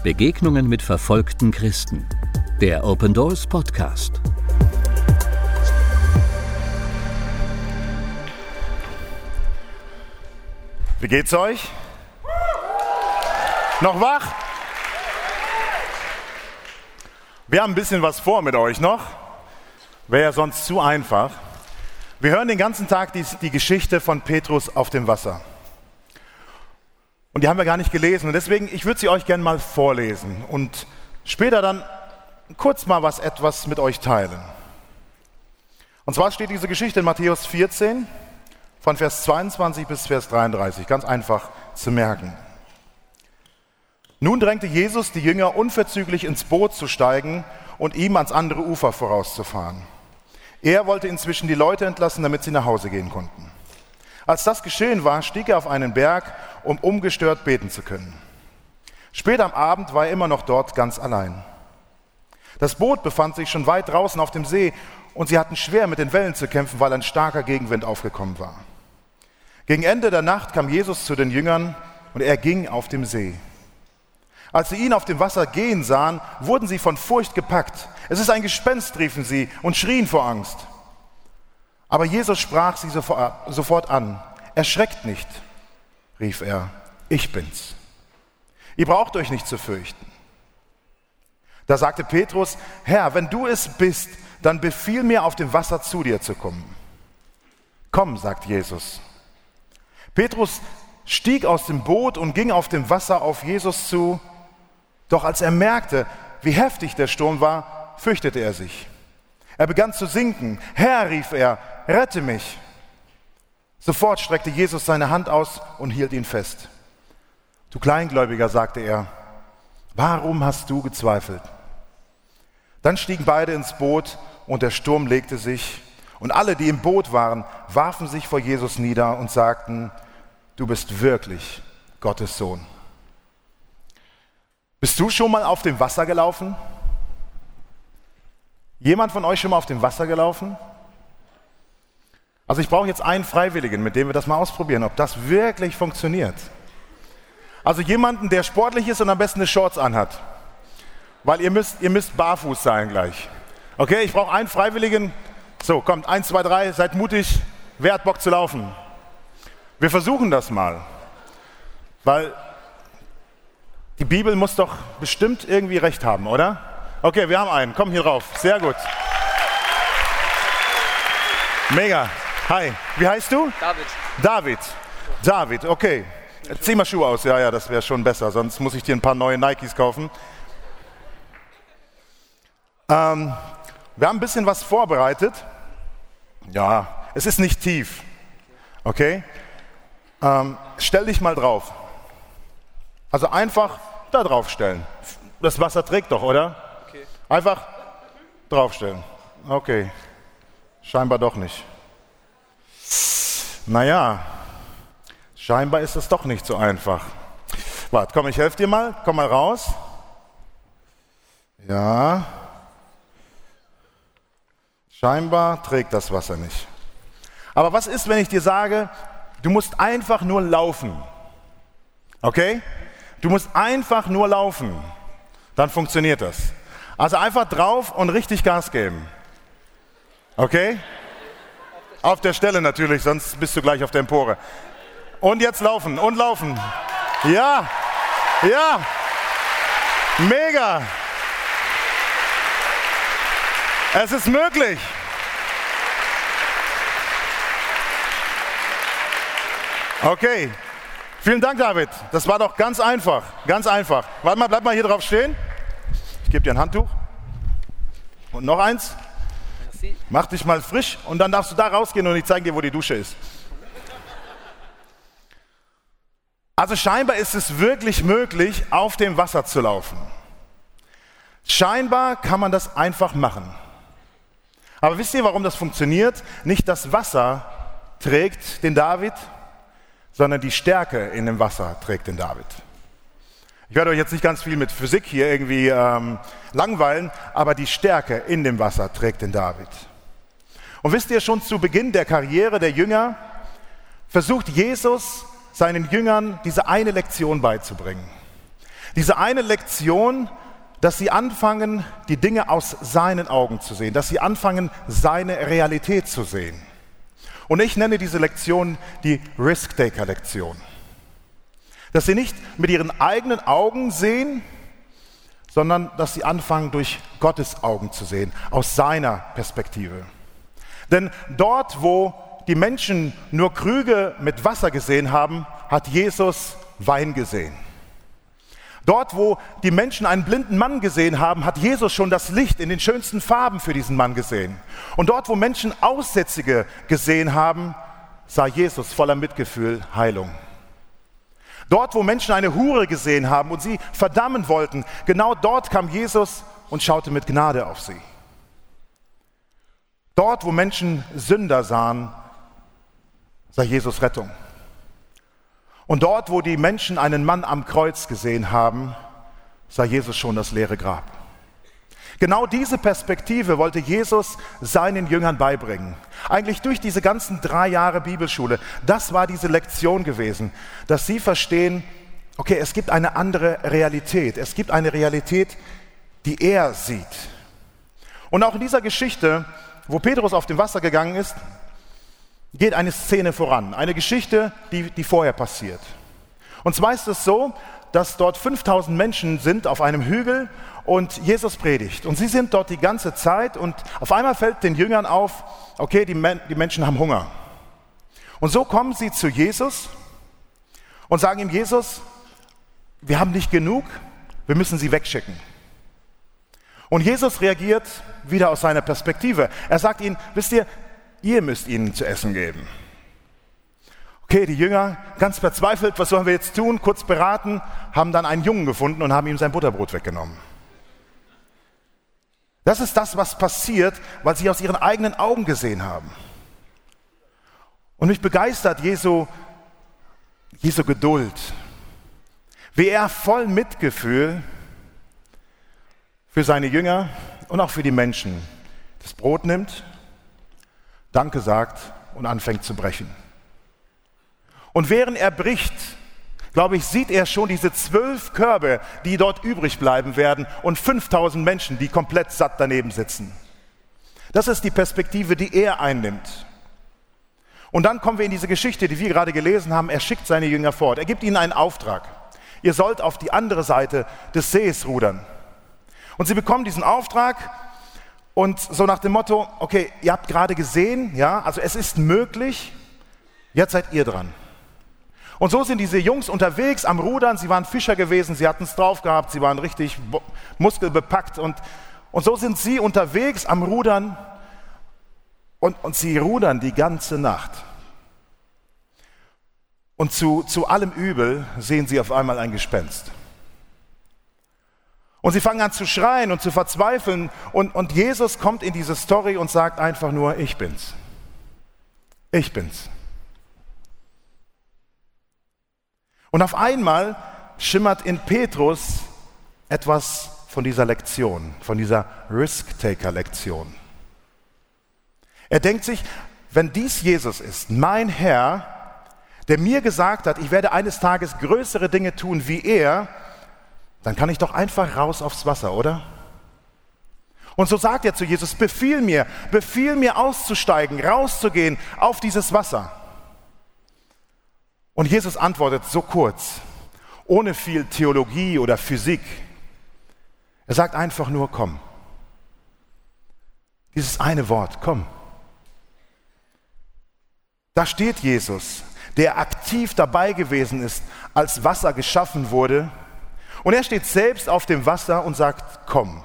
Begegnungen mit verfolgten Christen. Der Open Doors Podcast. Wie geht's euch? Noch wach? Wir haben ein bisschen was vor mit euch noch. Wäre ja sonst zu einfach. Wir hören den ganzen Tag die Geschichte von Petrus auf dem Wasser. Und die haben wir gar nicht gelesen. Und deswegen, ich würde sie euch gerne mal vorlesen und später dann kurz mal etwas mit euch teilen. Und zwar steht diese Geschichte in Matthäus 14, von Vers 22 bis Vers 33. Ganz einfach zu merken. Nun drängte Jesus die Jünger unverzüglich ins Boot zu steigen und ihm ans andere Ufer vorauszufahren. Er wollte inzwischen die Leute entlassen, damit sie nach Hause gehen konnten. Als das geschehen war, stieg er auf einen Berg, um ungestört beten zu können. Spät am Abend war er immer noch dort ganz allein. Das Boot befand sich schon weit draußen auf dem See und sie hatten schwer mit den Wellen zu kämpfen, weil ein starker Gegenwind aufgekommen war. Gegen Ende der Nacht kam Jesus zu den Jüngern und er ging auf dem See. Als sie ihn auf dem Wasser gehen sahen, wurden sie von Furcht gepackt. Es ist ein Gespenst, riefen sie und schrien vor Angst. Aber Jesus sprach sie sofort an. Erschreckt nicht, rief er, ich bin's. Ihr braucht euch nicht zu fürchten. Da sagte Petrus, Herr, wenn du es bist, dann befiehl mir, auf dem Wasser zu dir zu kommen. Komm, sagt Jesus. Petrus stieg aus dem Boot und ging auf dem Wasser auf Jesus zu. Doch als er merkte, wie heftig der Sturm war, fürchtete er sich. Er begann zu sinken. Herr, rief er, rette mich. Sofort streckte Jesus seine Hand aus und hielt ihn fest. Du Kleingläubiger, sagte er, warum hast du gezweifelt? Dann stiegen beide ins Boot und der Sturm legte sich. Und alle, die im Boot waren, warfen sich vor Jesus nieder und sagten, du bist wirklich Gottes Sohn. Bist du schon mal auf dem Wasser gelaufen? Jemand von euch schon mal auf dem Wasser gelaufen? Also ich brauche jetzt einen Freiwilligen, mit dem wir das mal ausprobieren, ob das wirklich funktioniert. Also jemanden, der sportlich ist und am besten eine Shorts anhat. Weil ihr müsst barfuß sein gleich. Okay, ich brauche einen Freiwilligen. So, kommt, 1, 2, 3, seid mutig. Wer hat Bock zu laufen? Wir versuchen das mal. Weil die Bibel muss doch bestimmt irgendwie recht haben, oder? Okay, wir haben einen. Komm hier rauf. Sehr gut. Mega. Hi. Wie heißt du? David, okay. Zieh mal Schuhe aus. Ja, das wäre schon besser. Sonst muss ich dir ein paar neue Nikes kaufen. Wir haben ein bisschen was vorbereitet. Ja, es ist nicht tief. Okay? Stell dich mal drauf. Also einfach da drauf stellen. Das Wasser trägt doch, oder? Okay. Einfach draufstellen. Okay. Scheinbar doch nicht. Naja, scheinbar ist es doch nicht so einfach. Warte, komm, ich helfe dir mal. Komm mal raus. Ja. Scheinbar trägt das Wasser nicht. Aber was ist, wenn ich dir sage, du musst einfach nur laufen? Okay? Du musst einfach nur laufen, dann funktioniert das. Also einfach drauf und richtig Gas geben. Okay? Auf der Stelle natürlich, sonst bist du gleich auf der Empore. Und jetzt laufen und laufen. Ja, mega. Es ist möglich. Okay. Vielen Dank, David. Das war doch ganz einfach. Ganz einfach. Warte mal, bleib mal hier drauf stehen. Ich gebe dir ein Handtuch. Und noch eins. Merci. Mach dich mal frisch und dann darfst du da rausgehen und ich zeige dir, wo die Dusche ist. Also scheinbar ist es wirklich möglich, auf dem Wasser zu laufen. Scheinbar kann man das einfach machen. Aber wisst ihr, warum das funktioniert? Nicht das Wasser trägt den David, sondern die Stärke in dem Wasser trägt den David. Ich werde euch jetzt nicht ganz viel mit Physik hier irgendwie langweilen, aber die Stärke in dem Wasser trägt den David. Und wisst ihr, schon zu Beginn der Karriere der Jünger versucht Jesus seinen Jüngern diese eine Lektion beizubringen. Diese eine Lektion, dass sie anfangen, die Dinge aus seinen Augen zu sehen, dass sie anfangen, seine Realität zu sehen. Und ich nenne diese Lektion die Risk-Taker-Lektion. Dass sie nicht mit ihren eigenen Augen sehen, sondern dass sie anfangen, durch Gottes Augen zu sehen, aus seiner Perspektive. Denn dort, wo die Menschen nur Krüge mit Wasser gesehen haben, hat Jesus Wein gesehen. Dort, wo die Menschen einen blinden Mann gesehen haben, hat Jesus schon das Licht in den schönsten Farben für diesen Mann gesehen. Und dort, wo Menschen Aussätzige gesehen haben, sah Jesus voller Mitgefühl Heilung. Dort, wo Menschen eine Hure gesehen haben und sie verdammen wollten, genau dort kam Jesus und schaute mit Gnade auf sie. Dort, wo Menschen Sünder sahen, sah Jesus Rettung. Und dort, wo die Menschen einen Mann am Kreuz gesehen haben, sah Jesus schon das leere Grab. Genau diese Perspektive wollte Jesus seinen Jüngern beibringen. Eigentlich durch diese ganzen 3 Jahre Bibelschule. Das war diese Lektion gewesen, dass sie verstehen, okay, es gibt eine andere Realität. Es gibt eine Realität, die er sieht. Und auch in dieser Geschichte, wo Petrus auf dem Wasser gegangen ist, geht eine Szene voran. Eine Geschichte, die vorher passiert. Und zwar ist es so, dass dort 5000 Menschen sind auf einem Hügel und Jesus predigt. Und sie sind dort die ganze Zeit und auf einmal fällt den Jüngern auf, okay, die Menschen haben Hunger. Und so kommen sie zu Jesus und sagen ihm, Jesus, wir haben nicht genug, wir müssen sie wegschicken. Und Jesus reagiert wieder aus seiner Perspektive. Er sagt ihnen, wisst ihr, ihr müsst ihnen zu essen geben. Okay, die Jünger, ganz verzweifelt, was sollen wir jetzt tun? Kurz beraten, haben dann einen Jungen gefunden und haben ihm sein Butterbrot weggenommen. Das ist das, was passiert, weil sie aus ihren eigenen Augen gesehen haben. Und mich begeistert Jesu Geduld, wie er voll Mitgefühl für seine Jünger und auch für die Menschen das Brot nimmt, Danke sagt und anfängt zu brechen. Und während er bricht, glaube ich, sieht er schon diese 12 Körbe, die dort übrig bleiben werden und 5000 Menschen, die komplett satt daneben sitzen. Das ist die Perspektive, die er einnimmt. Und dann kommen wir in diese Geschichte, die wir gerade gelesen haben. Er schickt seine Jünger fort. Er gibt ihnen einen Auftrag. Ihr sollt auf die andere Seite des Sees rudern. Und sie bekommen diesen Auftrag und so nach dem Motto, okay, ihr habt gerade gesehen, ja, also es ist möglich, jetzt seid ihr dran. Und so sind diese Jungs unterwegs am Rudern, sie waren Fischer gewesen, sie hatten es drauf gehabt, sie waren richtig muskelbepackt und so sind sie unterwegs am Rudern und sie rudern die ganze Nacht. Und zu allem Übel sehen sie auf einmal ein Gespenst. Und sie fangen an zu schreien und zu verzweifeln und Jesus kommt in diese Story und sagt einfach nur, ich bin's. Ich bin's. Und auf einmal schimmert in Petrus etwas von dieser Lektion, von dieser Risk-Taker-Lektion. Er denkt sich, wenn dies Jesus ist, mein Herr, der mir gesagt hat, ich werde eines Tages größere Dinge tun wie er, dann kann ich doch einfach raus aufs Wasser, oder? Und so sagt er zu Jesus, befiehl mir auszusteigen, rauszugehen auf dieses Wasser. Und Jesus antwortet so kurz, ohne viel Theologie oder Physik. Er sagt einfach nur, komm. Dieses eine Wort, komm. Da steht Jesus, der aktiv dabei gewesen ist, als Wasser geschaffen wurde. Und er steht selbst auf dem Wasser und sagt, komm.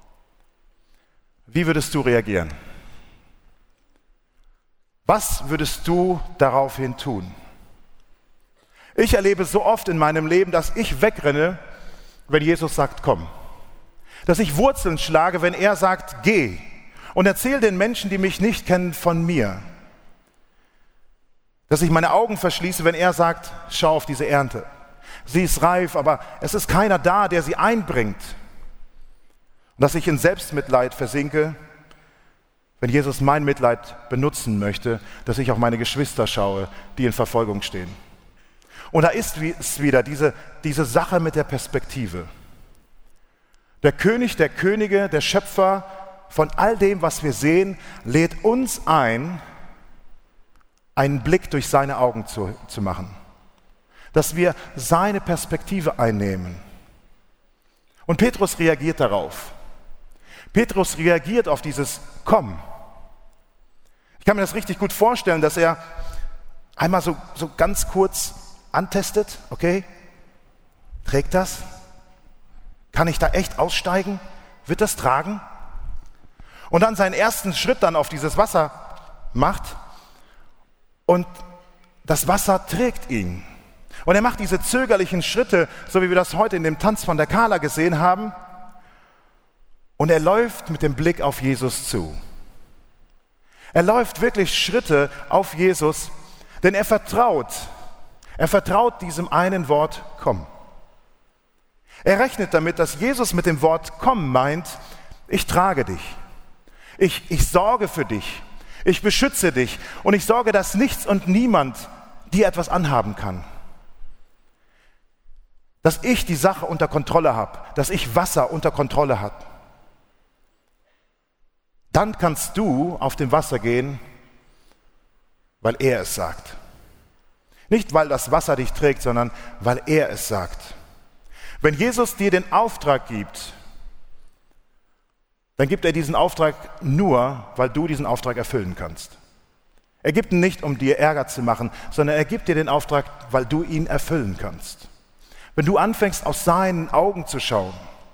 Wie würdest du reagieren? Was würdest du daraufhin tun? Ich erlebe so oft in meinem Leben, dass ich wegrenne, wenn Jesus sagt, komm. Dass ich Wurzeln schlage, wenn er sagt, geh. Und erzähle den Menschen, die mich nicht kennen, von mir. Dass ich meine Augen verschließe, wenn er sagt, schau auf diese Ernte. Sie ist reif, aber es ist keiner da, der sie einbringt. Und dass ich in Selbstmitleid versinke, wenn Jesus mein Mitleid benutzen möchte, dass ich auf meine Geschwister schaue, die in Verfolgung stehen. Und da ist es wieder diese Sache mit der Perspektive. Der König der Könige, der Schöpfer von all dem, was wir sehen, lädt uns ein, einen Blick durch seine Augen zu machen. Dass wir seine Perspektive einnehmen. Und Petrus reagiert darauf. Petrus reagiert auf dieses Komm. Ich kann mir das richtig gut vorstellen, dass er einmal so ganz kurz antestet, okay, trägt das? Kann ich da echt aussteigen? Wird das tragen? Und dann seinen ersten Schritt dann auf dieses Wasser macht und das Wasser trägt ihn. Und er macht diese zögerlichen Schritte, so wie wir das heute in dem Tanz von der Carla gesehen haben. Und er läuft mit dem Blick auf Jesus zu. Er läuft wirklich Schritte auf Jesus, denn er vertraut diesem einen Wort, komm. Er rechnet damit, dass Jesus mit dem Wort komm meint, ich trage dich, ich sorge für dich, ich beschütze dich und ich sorge, dass nichts und niemand dir etwas anhaben kann. Dass ich die Sache unter Kontrolle habe, dass ich Wasser unter Kontrolle habe. Dann kannst du auf dem Wasser gehen, weil er es sagt. Nicht, weil das Wasser dich trägt, sondern weil er es sagt. Wenn Jesus dir den Auftrag gibt, dann gibt er diesen Auftrag nur, weil du diesen Auftrag erfüllen kannst. Er gibt ihn nicht, um dir Ärger zu machen, sondern er gibt dir den Auftrag, weil du ihn erfüllen kannst. Wenn du anfängst, aus seinen Augen zu schauen.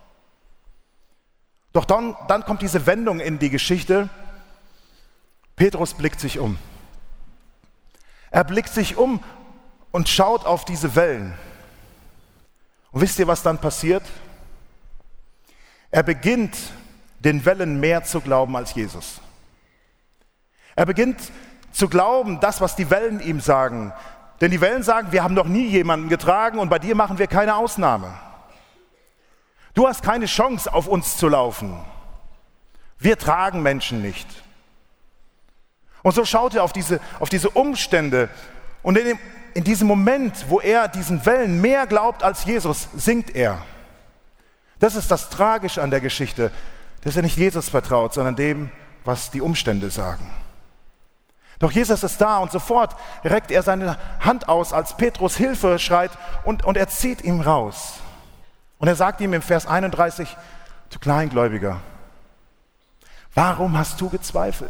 Doch dann kommt diese Wendung in die Geschichte. Petrus blickt sich um. Er blickt sich um und schaut auf diese Wellen. Und wisst ihr, was dann passiert? Er beginnt, den Wellen mehr zu glauben als Jesus. Er beginnt zu glauben, das, was die Wellen ihm sagen. Denn die Wellen sagen, wir haben noch nie jemanden getragen und bei dir machen wir keine Ausnahme. Du hast keine Chance, auf uns zu laufen. Wir tragen Menschen nicht. Und so schaut er auf diese Umstände und in diesem Moment, wo er diesen Wellen mehr glaubt als Jesus, sinkt er. Das ist das Tragische an der Geschichte, dass er nicht Jesus vertraut, sondern dem, was die Umstände sagen. Doch Jesus ist da und sofort reckt er seine Hand aus, als Petrus Hilfe schreit und er zieht ihn raus. Und er sagt ihm im Vers 31, du Kleingläubiger, warum hast du gezweifelt?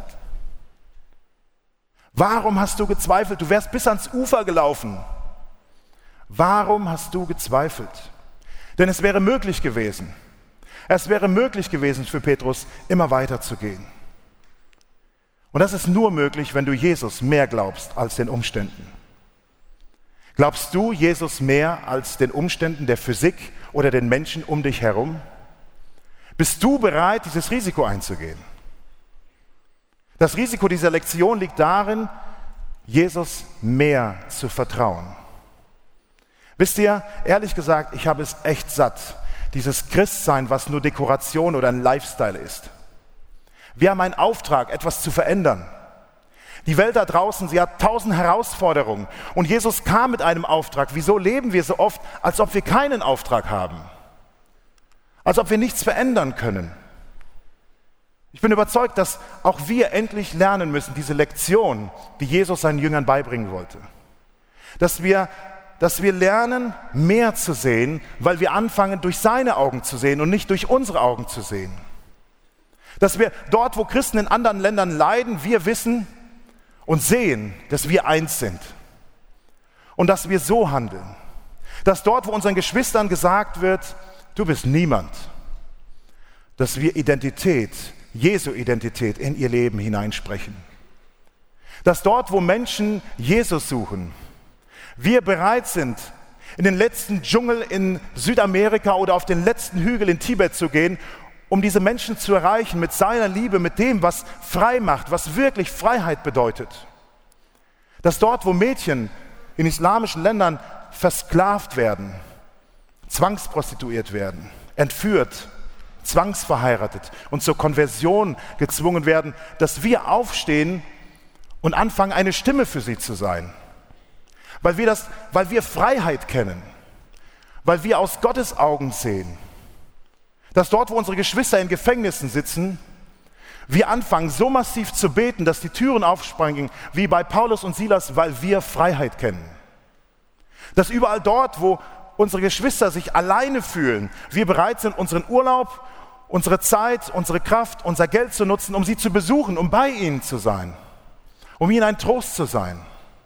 Warum hast du gezweifelt? Du wärst bis ans Ufer gelaufen. Warum hast du gezweifelt? Denn es wäre möglich gewesen. Es wäre möglich gewesen für Petrus, immer weiter zu gehen. Und das ist nur möglich, wenn du Jesus mehr glaubst als den Umständen. Glaubst du Jesus mehr als den Umständen der Physik oder den Menschen um dich herum? Bist du bereit, dieses Risiko einzugehen? Das Risiko dieser Lektion liegt darin, Jesus mehr zu vertrauen. Wisst ihr, ehrlich gesagt, ich habe es echt satt, dieses Christsein, was nur Dekoration oder ein Lifestyle ist. Wir haben einen Auftrag, etwas zu verändern. Die Welt da draußen, sie hat 1000 Herausforderungen und Jesus kam mit einem Auftrag. Wieso leben wir so oft, als ob wir keinen Auftrag haben? Als ob wir nichts verändern können? Ich bin überzeugt, dass auch wir endlich lernen müssen, diese Lektion, die Jesus seinen Jüngern beibringen wollte. Dass wir lernen, mehr zu sehen, weil wir anfangen, durch seine Augen zu sehen und nicht durch unsere Augen zu sehen. Dass wir dort, wo Christen in anderen Ländern leiden, wir wissen und sehen, dass wir eins sind. Und dass wir so handeln. Dass dort, wo unseren Geschwistern gesagt wird, du bist niemand, dass wir Jesu Identität in ihr Leben hineinsprechen. Dass dort, wo Menschen Jesus suchen, wir bereit sind, in den letzten Dschungel in Südamerika oder auf den letzten Hügel in Tibet zu gehen, um diese Menschen zu erreichen mit seiner Liebe, mit dem, was frei macht, was wirklich Freiheit bedeutet. Dass dort, wo Mädchen in islamischen Ländern versklavt werden, zwangsprostituiert werden, entführt, zwangsverheiratet und zur Konversion gezwungen werden, dass wir aufstehen und anfangen, eine Stimme für sie zu sein. weil wir Freiheit kennen, weil wir aus Gottes Augen sehen, dass dort, wo unsere Geschwister in Gefängnissen sitzen, wir anfangen so massiv zu beten, dass die Türen aufspringen, wie bei Paulus und Silas, weil wir Freiheit kennen. Dass überall dort, wo unsere Geschwister sich alleine fühlen, wir bereit sind, unseren Urlaub, unsere Zeit, unsere Kraft, unser Geld zu nutzen, um sie zu besuchen, um bei ihnen zu sein, um ihnen ein Trost zu sein.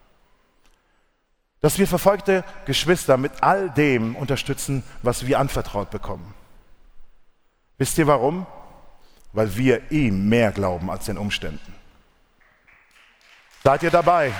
Dass wir verfolgte Geschwister mit all dem unterstützen, was wir anvertraut bekommen. Wisst ihr warum? Weil wir ihm mehr glauben als den Umständen. Seid ihr dabei?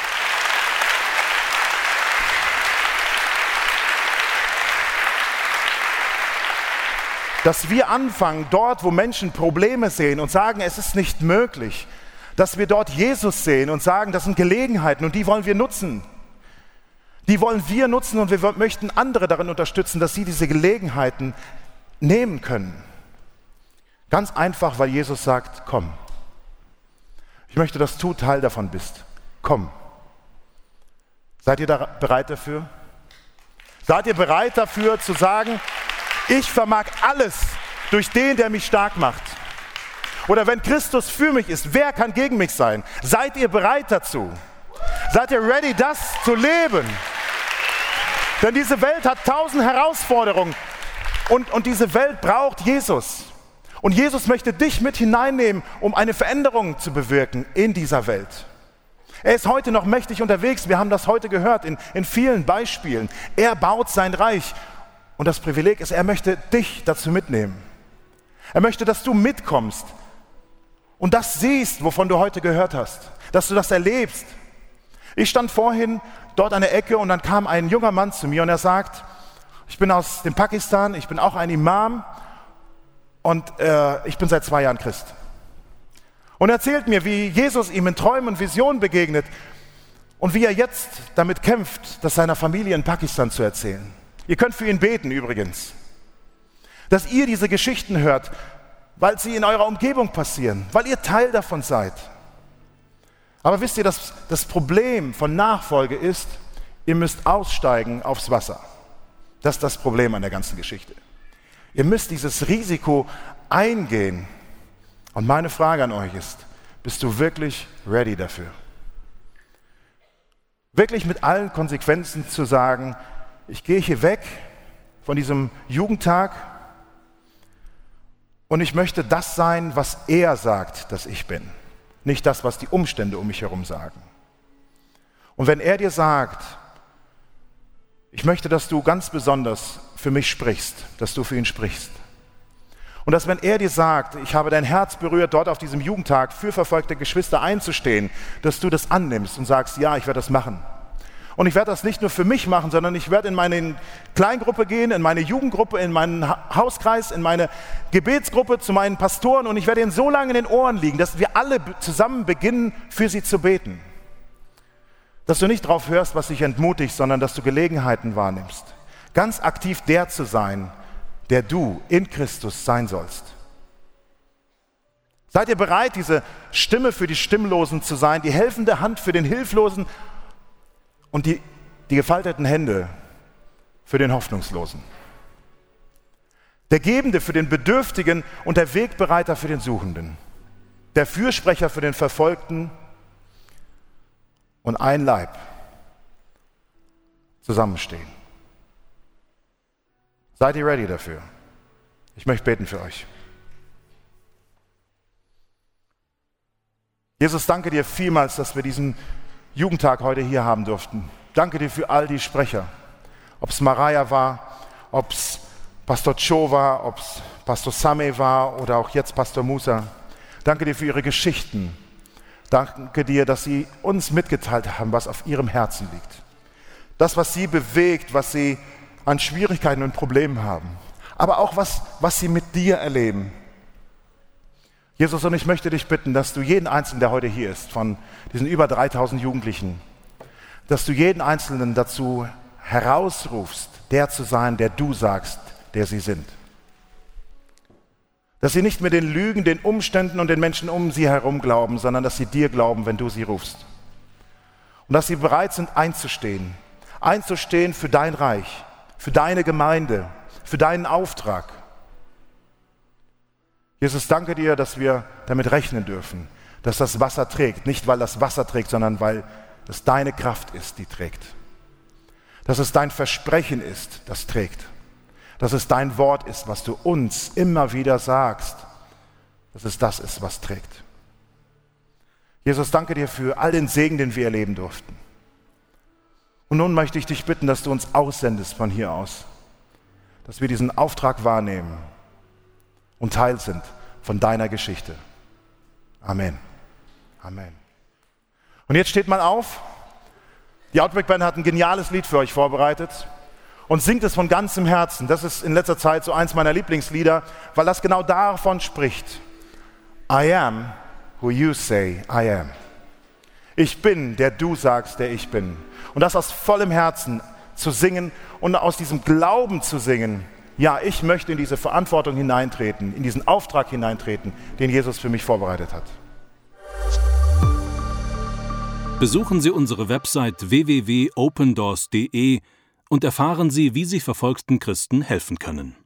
Dass wir anfangen, dort, wo Menschen Probleme sehen und sagen, es ist nicht möglich, dass wir dort Jesus sehen und sagen, das sind Gelegenheiten und die wollen wir nutzen. Die wollen wir nutzen und wir möchten andere darin unterstützen, dass sie diese Gelegenheiten nehmen können. Ganz einfach, weil Jesus sagt, komm. Ich möchte, dass du Teil davon bist. Komm. Seid ihr da bereit dafür? Seid ihr bereit dafür zu sagen, ich vermag alles durch den, der mich stark macht? Oder wenn Christus für mich ist, wer kann gegen mich sein? Seid ihr bereit dazu? Seid ihr ready, das zu leben? Denn diese Welt hat 1000 Herausforderungen und diese Welt braucht Jesus. Und Jesus möchte dich mit hineinnehmen, um eine Veränderung zu bewirken in dieser Welt. Er ist heute noch mächtig unterwegs, wir haben das heute gehört in vielen Beispielen. Er baut sein Reich und das Privileg ist, er möchte dich dazu mitnehmen. Er möchte, dass du mitkommst und das siehst, wovon du heute gehört hast, dass du das erlebst. Ich stand vorhin dort an der Ecke und dann kam ein junger Mann zu mir und er sagt, ich bin aus dem Pakistan, ich bin auch ein Imam und ich bin seit 2 Jahren Christ. Und er erzählt mir, wie Jesus ihm in Träumen und Visionen begegnet und wie er jetzt damit kämpft, das seiner Familie in Pakistan zu erzählen. Ihr könnt für ihn beten übrigens, dass ihr diese Geschichten hört, weil sie in eurer Umgebung passieren, weil ihr Teil davon seid. Aber wisst ihr, dass das Problem von Nachfolge ist, ihr müsst aussteigen aufs Wasser. Das ist das Problem an der ganzen Geschichte. Ihr müsst dieses Risiko eingehen. Und meine Frage an euch ist, bist du wirklich ready dafür? Wirklich mit allen Konsequenzen zu sagen, ich gehe hier weg von diesem Jugendtag und ich möchte das sein, was er sagt, dass ich bin. Nicht das, was die Umstände um mich herum sagen. Und wenn er dir sagt, ich möchte, dass du ganz besonders für mich sprichst, dass du für ihn sprichst. Und dass wenn er dir sagt, ich habe dein Herz berührt, dort auf diesem Jugendtag für verfolgte Geschwister einzustehen, dass du das annimmst und sagst, ja, ich werde das machen. Und ich werde das nicht nur für mich machen, sondern ich werde in meine Kleingruppe gehen, in meine Jugendgruppe, in meinen Hauskreis, in meine Gebetsgruppe zu meinen Pastoren und ich werde ihnen so lange in den Ohren liegen, dass wir alle zusammen beginnen, für sie zu beten. Dass du nicht drauf hörst, was dich entmutigt, sondern dass du Gelegenheiten wahrnimmst. Ganz aktiv der zu sein, der du in Christus sein sollst. Seid ihr bereit, diese Stimme für die Stimmlosen zu sein, die helfende Hand für den Hilflosen und die gefalteten Hände für den Hoffnungslosen? Der Gebende für den Bedürftigen und der Wegbereiter für den Suchenden. Der Fürsprecher für den Verfolgten und ein Leib zusammenstehen. Seid ihr ready dafür? Ich möchte beten für euch. Jesus, danke dir vielmals, dass wir diesen Jugendtag heute hier haben durften. Danke dir für all die Sprecher. Ob es Maraya war, ob es Pastor Cho war, ob es Pastor Sameh war oder auch jetzt Pastor Musa. Danke dir für ihre Geschichten. Danke dir, dass sie uns mitgeteilt haben, was auf ihrem Herzen liegt. Das, was sie bewegt, was sie an Schwierigkeiten und Problemen haben. Aber auch was sie mit dir erleben. Jesus, und ich möchte dich bitten, dass du jeden Einzelnen, der heute hier ist, von diesen über 3000 Jugendlichen, dass du jeden Einzelnen dazu herausrufst, der zu sein, der du sagst, der sie sind. Dass sie nicht mehr den Lügen, den Umständen und den Menschen um sie herum glauben, sondern dass sie dir glauben, wenn du sie rufst. und dass sie bereit sind einzustehen. Einzustehen für dein Reich, für deine Gemeinde, für deinen Auftrag. Jesus, danke dir, dass wir damit rechnen dürfen, dass das Wasser trägt. Nicht, weil das Wasser trägt, sondern weil es deine Kraft ist, die trägt. Dass es dein Versprechen ist, das trägt. Dass es dein Wort ist, was du uns immer wieder sagst. Dass es das ist, was trägt. Jesus, danke dir für all den Segen, den wir erleben durften. Und nun möchte ich dich bitten, dass du uns aussendest von hier aus. Dass wir diesen Auftrag wahrnehmen und Teil sind von deiner Geschichte. Amen. Amen. Und jetzt steht mal auf. Die Outbreak Band hat ein geniales Lied für euch vorbereitet und singt es von ganzem Herzen. Das ist in letzter Zeit so eins meiner Lieblingslieder, weil das genau davon spricht. I am who you say I am. Ich bin, der du sagst, der ich bin. Und das aus vollem Herzen zu singen und aus diesem Glauben zu singen. Ja, ich möchte in diese Verantwortung hineintreten, in diesen Auftrag hineintreten, den Jesus für mich vorbereitet hat. Besuchen Sie unsere Website www.opendoors.de und erfahren Sie, wie Sie verfolgten Christen helfen können.